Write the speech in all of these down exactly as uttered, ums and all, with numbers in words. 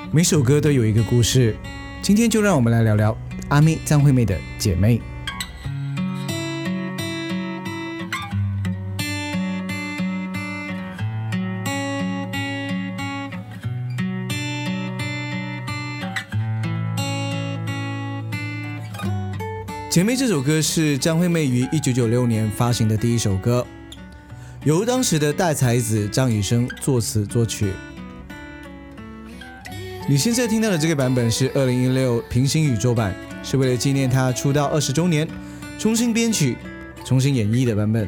每首歌都有一个故事，今天就让我们来聊聊阿妹张惠妹的姐妹。姐妹这首歌是张惠妹于一九九六年发行的第一首歌，由当时的大才子张雨生作词作曲。你现在听到的这个版本是二零一六平行宇宙版，是为了纪念她出道二十周年，重新编曲、重新演绎的版本。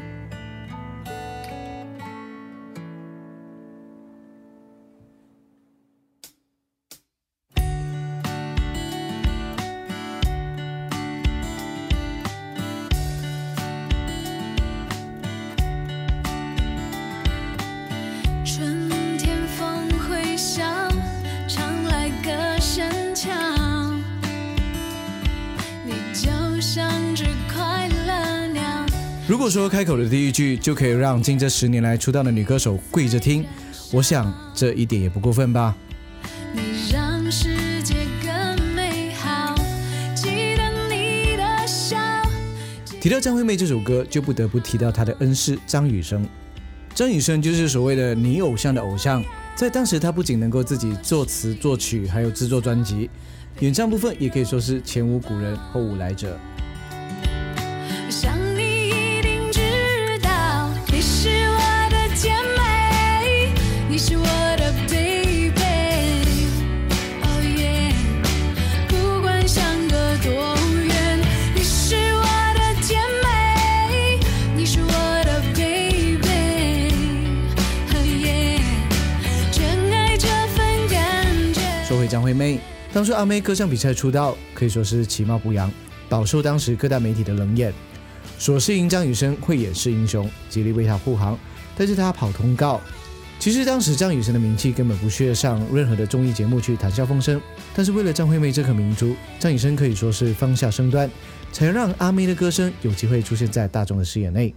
如果说开口的第一句就可以让近这十年来出道的女歌手跪着听，我想这一点也不过分吧。 你让世界更美好，记得你的笑。 提到张惠妹这首歌，就不得不提到她的恩师张雨生。张雨生就是所谓的你偶像的偶像，在当时他不仅能够自己作词作曲，还有制作专辑，演唱部分也可以说是前无古人后无来者。 想你一定知道，你是我的姐妹，你是我的 baby， oh yeah， 不管相隔多远，你是我的姐妹，你是我的 baby， oh yeah， 真爱这份感觉。 说回张惠妹，当初阿妹歌唱比赛出道，可以说是其貌不扬，饱受当时各大媒体的冷眼。所幸赢张雨生会掩饰英雄，极力为他护航，带着他跑通告。其实当时张雨生的名气根本不屑上任何的综艺节目去谈笑风生，但是为了张惠妹这颗明珠，张雨生可以说是放下身段，才让阿妹的歌声有机会出现在大众的视野内。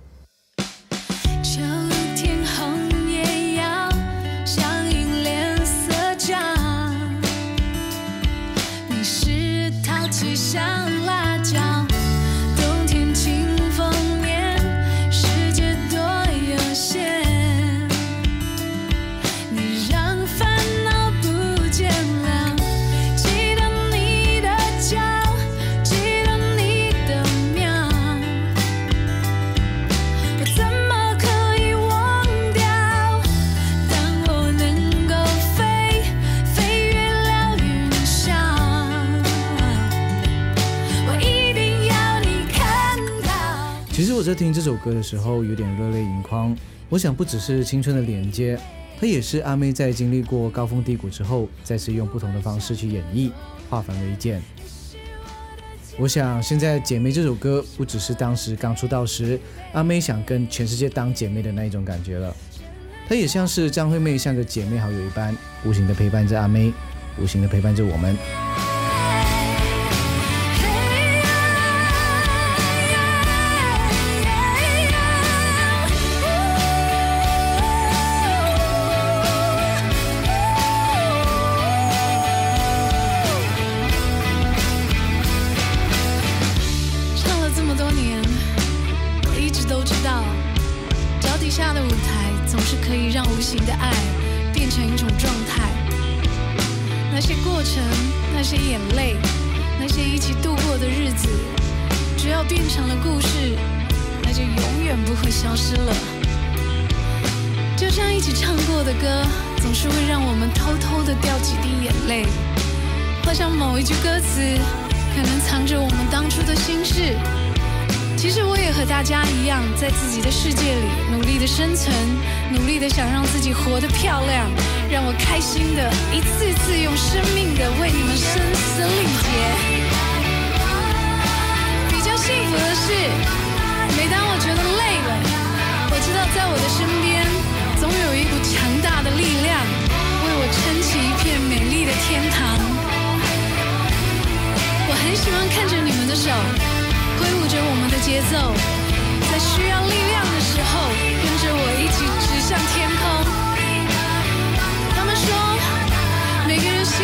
秋天红也要像银脸色酱，你是淘气像辣椒，冬天清风面，世界多悠闲，你让烦恼不见了，记得你的娇，记得你的妙，我怎么可以忘掉？当我能够飞，飞越了云霄，我一定要你看到。 其实我在听这首歌的时候有点热泪盈眶，我想不只是青春的连接，它也是阿妹在经历过高峰低谷之后，再次用不同的方式去演绎，化繁为简。我想现在姐妹这首歌不只是当时刚出道时阿妹想跟全世界当姐妹的那一种感觉了，它也像是张惠妹像个姐妹好友一般，无形的陪伴着阿妹，无形的陪伴着我们。 唱了这么多年，我一直都知道，脚底下的舞台总是可以让无形的爱变成一种状态。那些过程，那些眼泪，那些一起度过的日子，只要变成了故事，那就永远不会消失了。就这样一起唱过的歌，总是会让我们偷偷的掉几滴眼泪，好像某一句歌词可能藏着我们当初的心事。其实我也和大家一样，在自己的世界里努力的生存，努力的想让自己活得漂亮，让我开心的一次次用生命的为你们声嘶力竭。比较幸福的是，每当我觉得累了，我知道在我的身边总有一股强大的力量，为我撑起一片美丽的天堂。我很喜欢看着你们的手挥舞着我们的节奏，在需要力量的时候跟着我一起指向天空。他们说每个人生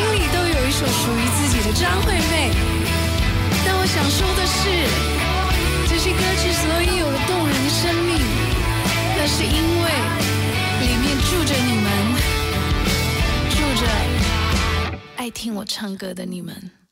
首属于自己的张惠妹。但我想说的是，这些歌之所以有了动人的生命，那是因为里面住着你们，住着爱听我唱歌的你们。